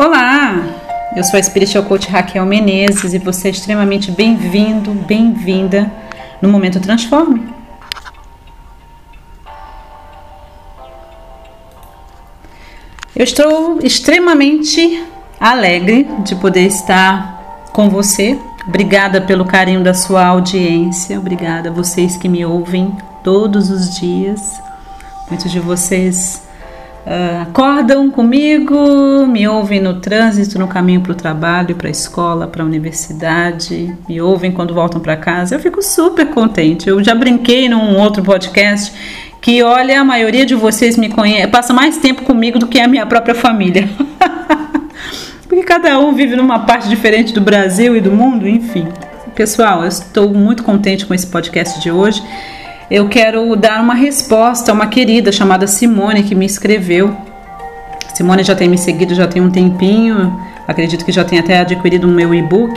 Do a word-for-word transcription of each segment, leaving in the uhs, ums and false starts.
Olá, eu sou a Spiritual Coach Raquel Menezes e você é extremamente bem-vindo, bem-vinda no Momento Transforme. Eu estou extremamente alegre de poder estar com você. Obrigada pelo carinho da sua audiência, obrigada a vocês que me ouvem todos os dias. Muitos de vocês uh, acordam comigo, me ouvem no trânsito, no caminho para o trabalho, para a escola, para a universidade, me ouvem quando voltam para casa. Eu fico super contente. Eu já brinquei num outro podcast que, olha, a maioria de vocês me conhece, passa mais tempo comigo do que a minha própria família. Porque cada um vive numa parte diferente do Brasil e do mundo, enfim. Pessoal, eu estou muito contente com esse podcast de hoje. Eu quero dar uma resposta a uma querida chamada Simone, que me escreveu. Simone já tem me seguido, já tem um tempinho, acredito que já tem até adquirido o meu e-book.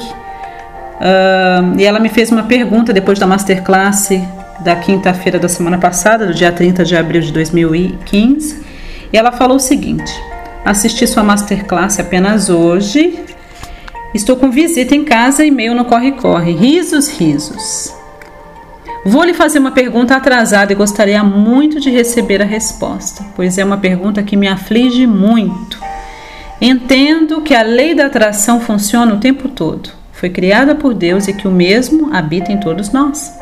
Uh, e ela me fez uma pergunta depois da Masterclass da quinta-feira da semana passada, do dia trinta de abril de dois mil e quinze. E ela falou o seguinte: assisti sua Masterclass apenas hoje. Estou com visita em casa e meio no corre-corre. Risos, risos. Vou lhe fazer uma pergunta atrasada e gostaria muito de receber a resposta, pois é uma pergunta que me aflige muito. Entendo que a lei da atração funciona o tempo todo. Foi criada por Deus e que o mesmo habita em todos nós.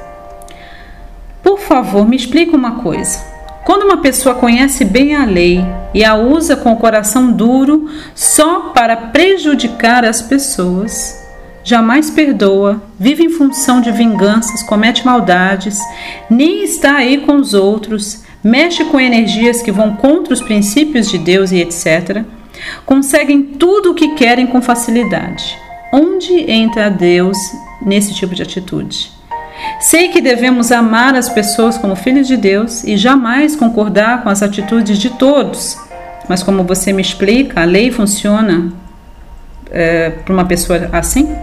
Por favor, me explique uma coisa. Quando uma pessoa conhece bem a lei e a usa com o coração duro só para prejudicar as pessoas, jamais perdoa, vive em função de vinganças, comete maldades, nem está aí com os outros, mexe com energias que vão contra os princípios de Deus e etcétera, conseguem tudo o que querem com facilidade. Onde entra Deus nesse tipo de atitude? Sei que devemos amar as pessoas como filhos de Deus e jamais concordar com as atitudes de todos. Mas como você me explica, a lei funciona é, para uma pessoa assim?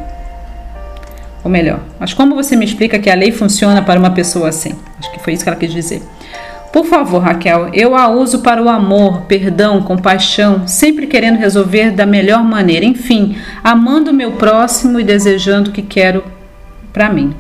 Ou melhor, mas como você me explica que a lei funciona para uma pessoa assim? Acho que foi isso que ela quis dizer. Por favor, Raquel, eu a uso para o amor, perdão, compaixão, sempre querendo resolver da melhor maneira. Enfim, amando o meu próximo e desejando o que quero para mim.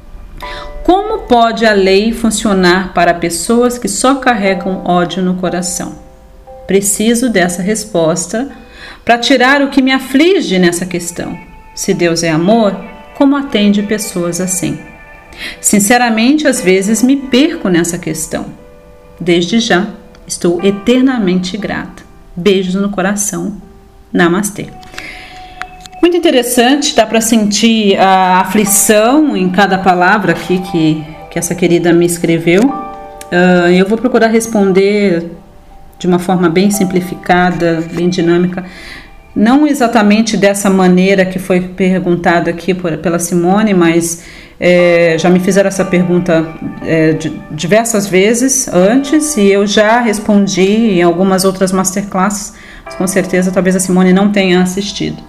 Como pode a lei funcionar para pessoas que só carregam ódio no coração? Preciso dessa resposta para tirar o que me aflige nessa questão. Se Deus é amor, como atende pessoas assim? Sinceramente, às vezes me perco nessa questão. Desde já, estou eternamente grata. Beijos no coração. Namastê. Muito interessante, dá para sentir a aflição em cada palavra aqui que, que essa querida me escreveu. Uh, eu vou procurar responder de uma forma bem simplificada, bem dinâmica. Não exatamente dessa maneira que foi perguntada aqui por, pela Simone, mas é, já me fizeram essa pergunta é, de, diversas vezes antes e eu já respondi em algumas outras masterclasses, mas com certeza talvez a Simone não tenha assistido.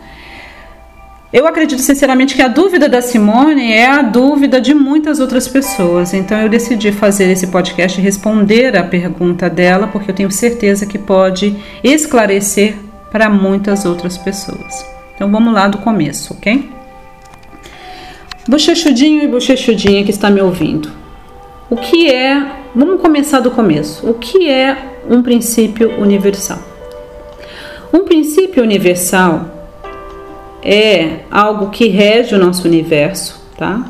Eu acredito sinceramente que a dúvida da Simone é a dúvida de muitas outras pessoas, então eu decidi fazer esse podcast e responder a pergunta dela, porque eu tenho certeza que pode esclarecer para muitas outras pessoas. Então vamos lá do começo, ok? Bochechudinho e bochechudinha que está me ouvindo. O que é... Vamos começar do começo. O que é um princípio universal? Um princípio universal é algo que rege o nosso universo, tá?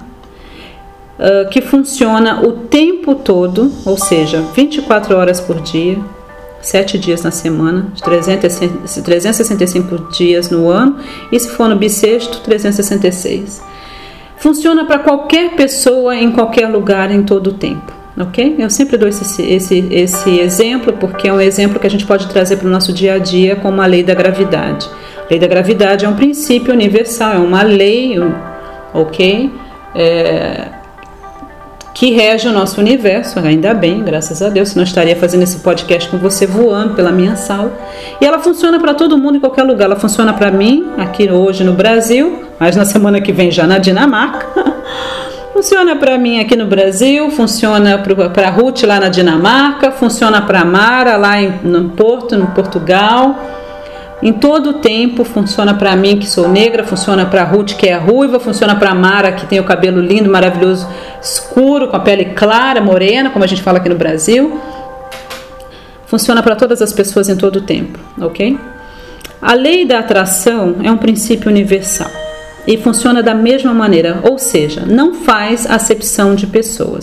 Uh, que funciona o tempo todo, ou seja, vinte e quatro horas por dia, sete dias na semana, trezentos e sessenta e cinco dias no ano, e se for no bissexto, trezentos e sessenta e seis. Funciona para qualquer pessoa, em qualquer lugar, em todo o tempo, ok? Eu sempre dou esse, esse, esse exemplo, porque é um exemplo que a gente pode trazer para o nosso dia a dia, como a lei da gravidade. A lei da gravidade é um princípio universal, é uma lei, ok? É, que rege o nosso universo, ainda bem, graças a Deus, senão eu estaria fazendo esse podcast com você voando pela minha sala. E ela funciona para todo mundo em qualquer lugar. Ela funciona para mim, aqui hoje no Brasil, mas na semana que vem já na Dinamarca. Funciona para mim aqui no Brasil, funciona para a Ruth lá na Dinamarca, funciona para a Mara lá em, no Porto, no Portugal. Em todo o tempo, funciona para mim que sou negra, funciona para Ruth que é ruiva, funciona para Mara que tem o cabelo lindo, maravilhoso, escuro, com a pele clara, morena, como a gente fala aqui no Brasil. Funciona para todas as pessoas em todo o tempo, ok? A lei da atração é um princípio universal e funciona da mesma maneira, ou seja, não faz acepção de pessoas.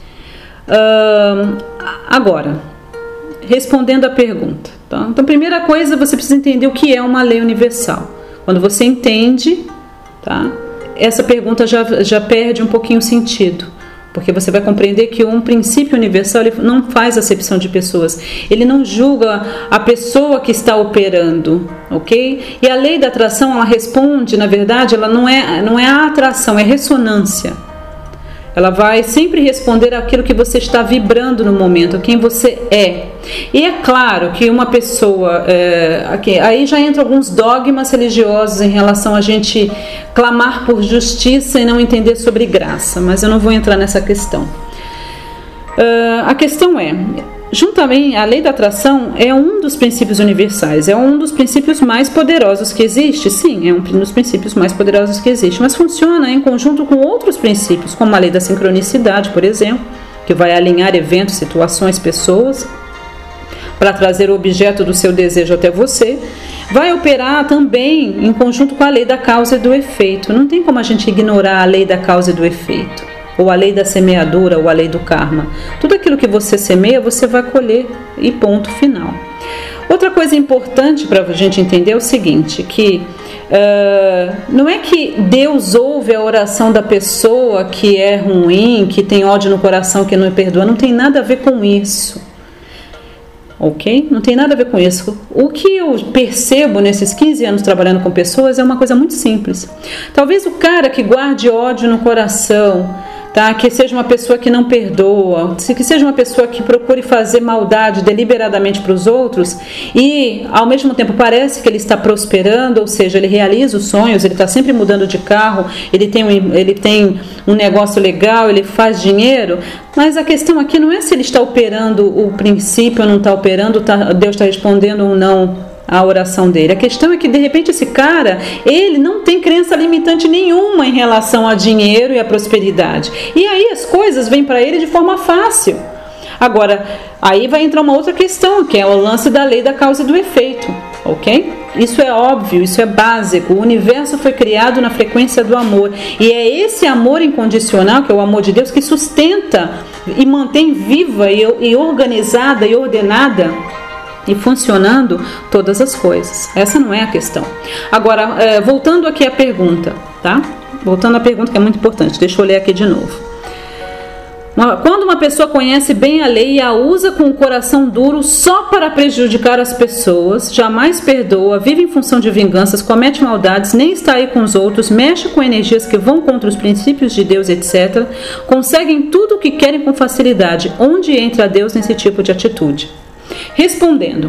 Uh, agora, respondendo à pergunta. Tá? Então, primeira coisa, você precisa entender o que é uma lei universal. Quando você entende, tá? Essa pergunta já, já perde um pouquinho o sentido, porque você vai compreender que um princípio universal ele não faz acepção de pessoas, ele não julga a pessoa que está operando, ok? E a lei da atração, ela responde, na verdade, ela não é, não é a atração, é ressonância. Ela vai sempre responder àquilo que você está vibrando no momento, quem você é. E é claro que uma pessoa... É, aqui, aí já entram alguns dogmas religiosos em relação a gente clamar por justiça e não entender sobre graça, mas eu não vou entrar nessa questão. Uh, a questão é... Juntamente, a lei da atração é um dos princípios universais, é um dos princípios mais poderosos que existe, sim, é um dos princípios mais poderosos que existe, mas funciona em conjunto com outros princípios, como a lei da sincronicidade, por exemplo, que vai alinhar eventos, situações, pessoas, para trazer o objeto do seu desejo até você, vai operar também em conjunto com a lei da causa e do efeito. Não tem como a gente ignorar a lei da causa e do efeito, ou a lei da semeadura, ou a lei do karma. Tudo aquilo que você semeia, você vai colher, e ponto final. Outra coisa importante para a gente entender é o seguinte, que uh, não é que Deus ouve a oração da pessoa que é ruim, que tem ódio no coração, que não perdoa, não tem nada a ver com isso. Ok? Não tem nada a ver com isso. O que eu percebo nesses quinze anos trabalhando com pessoas é uma coisa muito simples. Talvez o cara que guarde ódio no coração, tá? Que seja uma pessoa que não perdoa, que seja uma pessoa que procure fazer maldade deliberadamente para os outros e ao mesmo tempo parece que ele está prosperando, ou seja, ele realiza os sonhos, ele está sempre mudando de carro, ele tem, um, ele tem um negócio legal, ele faz dinheiro, mas a questão aqui não é se ele está operando o princípio ou não está operando, tá, Deus está respondendo ou não a oração dele. A questão é que de repente esse cara, ele não tem crença limitante nenhuma em relação a dinheiro e a prosperidade, e aí as coisas vêm para ele de forma fácil. Agora, aí vai entrar uma outra questão, que é o lance da lei da causa e do efeito, ok? Isso é óbvio, isso é básico. O universo foi criado na frequência do amor, e é esse amor incondicional, que é o amor de Deus, que sustenta e mantém viva e, e organizada e ordenada e funcionando todas as coisas. Essa não é a questão. Agora, é, voltando aqui à pergunta, tá? Voltando à pergunta, que é muito importante, deixa eu ler aqui de novo. Quando uma pessoa conhece bem a lei e a usa com o coração duro só para prejudicar as pessoas, jamais perdoa, vive em função de vinganças, comete maldades, nem está aí com os outros, mexe com energias que vão contra os princípios de Deus, etcétera, conseguem tudo o que querem com facilidade. Onde entra Deus nesse tipo de atitude? Respondendo,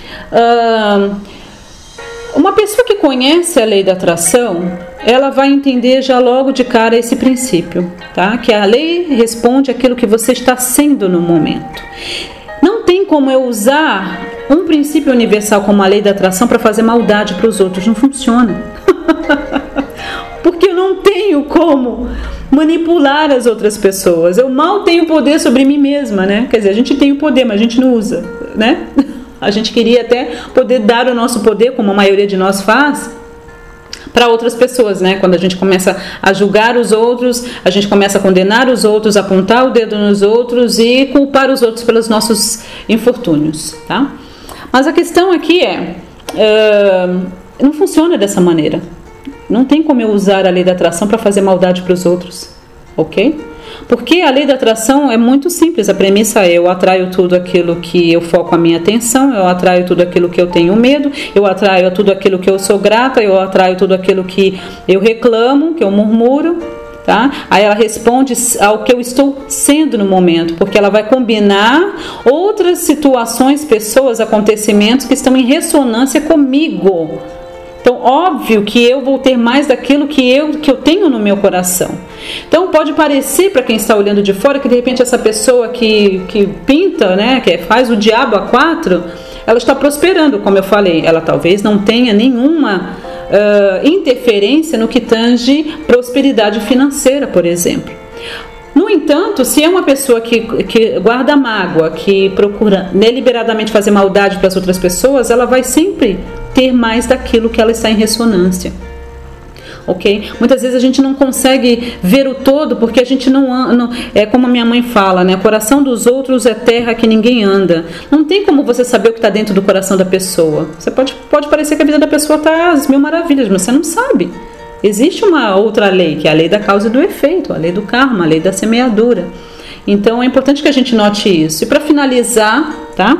uh, uma pessoa que conhece a lei da atração, ela vai entender já logo de cara esse princípio, tá? Que a lei responde àquilo que você está sendo no momento. Não tem como eu usar um princípio universal como a lei da atração para fazer maldade para os outros, não funciona. Porque eu não tenho como manipular as outras pessoas. Eu mal tenho poder sobre mim mesma, né? Quer dizer, a gente tem o poder, mas a gente não usa, né? A gente queria até poder dar o nosso poder, como a maioria de nós faz, para outras pessoas, né? Quando a gente começa a julgar os outros, a gente começa a condenar os outros, apontar o dedo nos outros e culpar os outros pelos nossos infortúnios, tá? Mas a questão aqui é, uh, não funciona dessa maneira. Não tem como eu usar a lei da atração para fazer maldade para os outros, ok? Porque a lei da atração é muito simples. A premissa é: eu atraio tudo aquilo que eu foco a minha atenção, eu atraio tudo aquilo que eu tenho medo, eu atraio tudo aquilo que eu sou grata, eu atraio tudo aquilo que eu reclamo, que eu murmuro, tá? Aí ela responde ao que eu estou sendo no momento, porque ela vai combinar outras situações, pessoas, acontecimentos que estão em ressonância comigo. Então, óbvio que eu vou ter mais daquilo que eu, que eu tenho no meu coração. Então, pode parecer para quem está olhando de fora que de repente essa pessoa que, que pinta, né, que faz o diabo a quatro, ela está prosperando, como eu falei. Ela talvez não tenha nenhuma uh, interferência no que tange prosperidade financeira, por exemplo. No entanto, se é uma pessoa que, que guarda mágoa, que procura deliberadamente fazer maldade para as outras pessoas, ela vai sempre ter mais daquilo que ela está em ressonância. Ok? Muitas vezes a gente não consegue ver o todo porque a gente não, não é como a minha mãe fala, né? O coração dos outros é terra que ninguém anda. Não tem como você saber o que está dentro do coração da pessoa. Você pode, pode parecer que a vida da pessoa está às mil maravilhas, mas você não sabe. Existe uma outra lei, que é a lei da causa e do efeito, a lei do karma, a lei da semeadura. Então é importante que a gente note isso. E para finalizar, tá?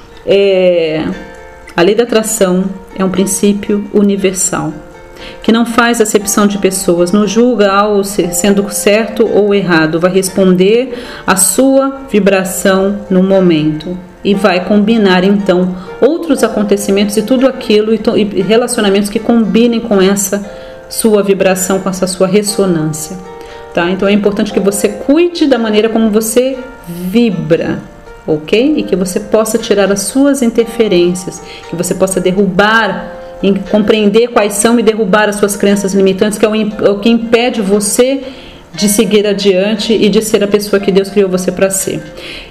É, a lei da atração é um princípio universal, que não faz acepção de pessoas, não julga algo sendo certo ou errado, vai responder à sua vibração no momento e vai combinar então outros acontecimentos e tudo aquilo e relacionamentos que combinem com essa sua vibração, com essa sua ressonância, tá? Então é importante que você cuide da maneira como você vibra, ok? E que você possa tirar as suas interferências, que você possa derrubar, em compreender quais são e derrubar as suas crenças limitantes, que é o que impede você de seguir adiante e de ser a pessoa que Deus criou você para ser.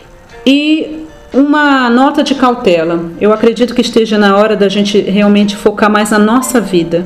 E uma nota de cautela: eu acredito que esteja na hora da gente realmente focar mais na nossa vida,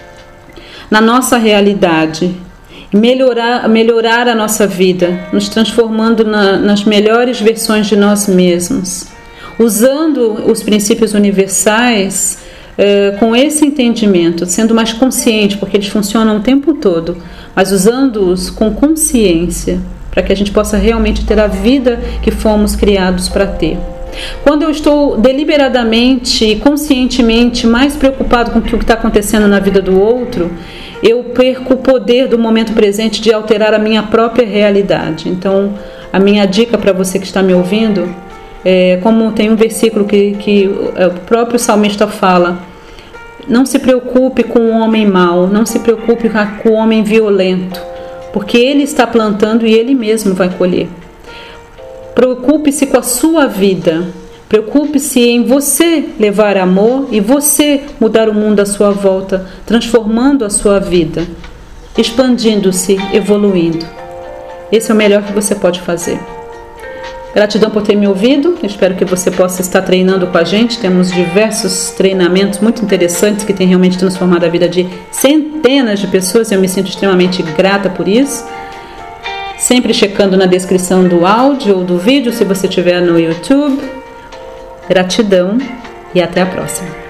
na nossa realidade, melhorar, melhorar a nossa vida, nos transformando na, nas melhores versões de nós mesmos, usando os princípios universais eh, com esse entendimento, sendo mais consciente, porque eles funcionam o tempo todo, mas usando-os com consciência, para que a gente possa realmente ter a vida que fomos criados para ter. Quando eu estou deliberadamente e conscientemente mais preocupado com o que está acontecendo na vida do outro, eu perco o poder do momento presente de alterar a minha própria realidade. Então, a minha dica para você que está me ouvindo é, como tem um versículo que, que o próprio salmista fala: não se preocupe com o homem mau, não se preocupe com o homem violento, porque ele está plantando e ele mesmo vai colher. Preocupe-se com a sua vida, preocupe-se em você levar amor e você mudar o mundo à sua volta, transformando a sua vida, expandindo-se, evoluindo. Esse é o melhor que você pode fazer. Gratidão por ter me ouvido, espero que você possa estar treinando com a gente. Temos diversos treinamentos muito interessantes que têm realmente transformado a vida de centenas de pessoas e eu me sinto extremamente grata por isso. Sempre checando na descrição do áudio ou do vídeo, se você estiver no YouTube. Gratidão e até a próxima.